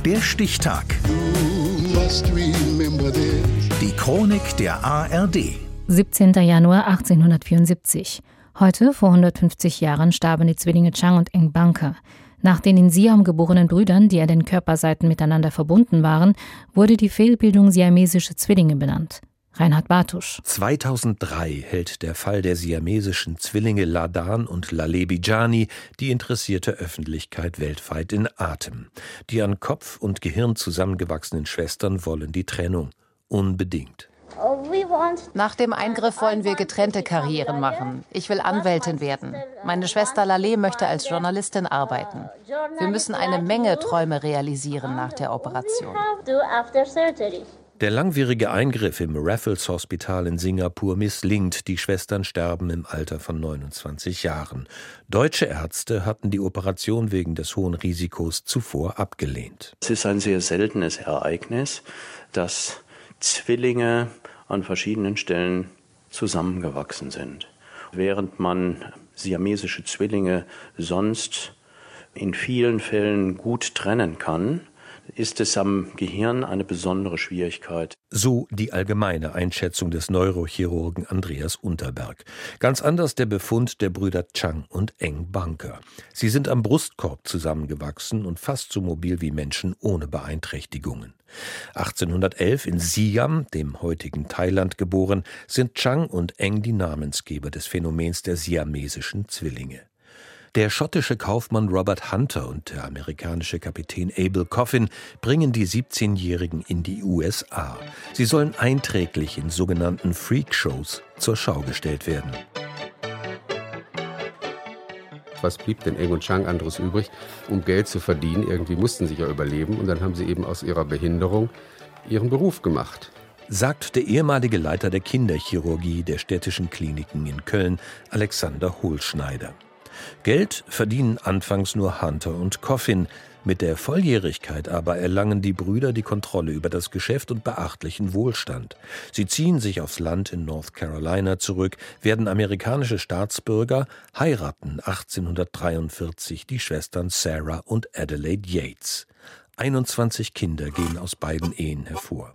Der Stichtag. Die Chronik der ARD. 17. Januar 1874. Heute, vor 150 Jahren, starben die Zwillinge Chang und Eng Bunker. Nach den in Siam geborenen Brüdern, die an den Körperseiten miteinander verbunden waren, wurde die Fehlbildung siamesische Zwillinge benannt. Reinhard Bartusch. 2003 hält der Fall der siamesischen Zwillinge Ladan und Laleh Bijani die interessierte Öffentlichkeit weltweit in Atem. Die an Kopf und Gehirn zusammengewachsenen Schwestern wollen die Trennung. Unbedingt. Nach dem Eingriff wollen wir getrennte Karrieren machen. Ich will Anwältin werden. Meine Schwester Laleh möchte als Journalistin arbeiten. Wir müssen eine Menge Träume realisieren nach der Operation. Der langwierige Eingriff im Raffles Hospital in Singapur misslingt. Die Schwestern sterben im Alter von 29 Jahren. Deutsche Ärzte hatten die Operation wegen des hohen Risikos zuvor abgelehnt. Es ist ein sehr seltenes Ereignis, dass Zwillinge an verschiedenen Stellen zusammengewachsen sind. Während man siamesische Zwillinge sonst in vielen Fällen gut trennen kann, ist es am Gehirn eine besondere Schwierigkeit. So die allgemeine Einschätzung des Neurochirurgen Andreas Unterberg. Ganz anders der Befund der Brüder Chang und Eng Bunker. Sie sind am Brustkorb zusammengewachsen und fast so mobil wie Menschen ohne Beeinträchtigungen. 1811 in Siam, dem heutigen Thailand, geboren, sind Chang und Eng die Namensgeber des Phänomens der siamesischen Zwillinge. Der schottische Kaufmann Robert Hunter und der amerikanische Kapitän Abel Coffin bringen die 17-Jährigen in die USA. Sie sollen einträglich in sogenannten Freakshows zur Schau gestellt werden. Was blieb denn Eng und Chang anderes übrig, um Geld zu verdienen? Irgendwie mussten sie ja überleben. Und dann haben sie eben aus ihrer Behinderung ihren Beruf gemacht. Sagt der ehemalige Leiter der Kinderchirurgie der städtischen Kliniken in Köln, Alexander Hohlschneider. Geld verdienen anfangs nur Hunter und Coffin. Mit der Volljährigkeit aber erlangen die Brüder die Kontrolle über das Geschäft und beachtlichen Wohlstand. Sie ziehen sich aufs Land in North Carolina zurück, werden amerikanische Staatsbürger, heiraten 1843 die Schwestern Sarah und Adelaide Yates. 21 Kinder gehen aus beiden Ehen hervor.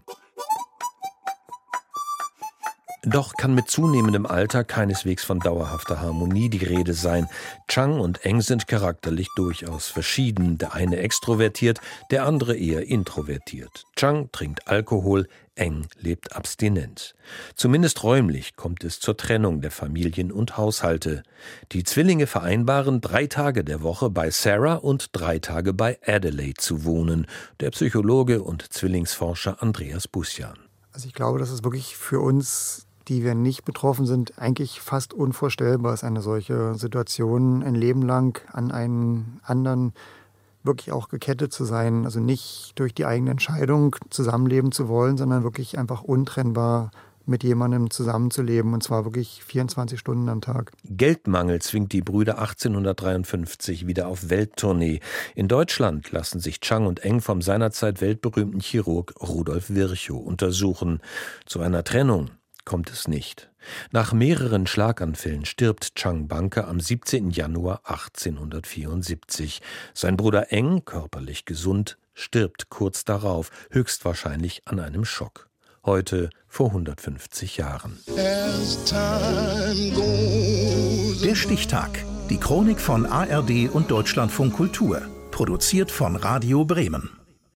Doch kann mit zunehmendem Alter keineswegs von dauerhafter Harmonie die Rede sein. Chang und Eng sind charakterlich durchaus verschieden. Der eine extrovertiert, der andere eher introvertiert. Chang trinkt Alkohol, Eng lebt abstinent. Zumindest räumlich kommt es zur Trennung der Familien und Haushalte. Die Zwillinge vereinbaren, 3 Tage der Woche bei Sarah und 3 Tage bei Adelaide zu wohnen. Der Psychologe und Zwillingsforscher Andreas Busjan. Also ich glaube, das ist wirklich für uns, die wir nicht betroffen sind, eigentlich fast unvorstellbar ist, eine solche Situation ein Leben lang an einen anderen wirklich auch gekettet zu sein. Also nicht durch die eigene Entscheidung zusammenleben zu wollen, sondern wirklich einfach untrennbar mit jemandem zusammenzuleben, und zwar wirklich 24 Stunden am Tag. Geldmangel zwingt die Brüder 1853 wieder auf Welttournee. In Deutschland lassen sich Chang und Eng vom seinerzeit weltberühmten Chirurg Rudolf Virchow untersuchen. Zu einer Trennung kommt es nicht. Nach mehreren Schlaganfällen stirbt Chang Bunker am 17. Januar 1874. Sein Bruder Eng, körperlich gesund, stirbt kurz darauf, höchstwahrscheinlich an einem Schock. Heute vor 150 Jahren. Der Stichtag. Die Chronik von ARD und Deutschlandfunk Kultur. Produziert von Radio Bremen.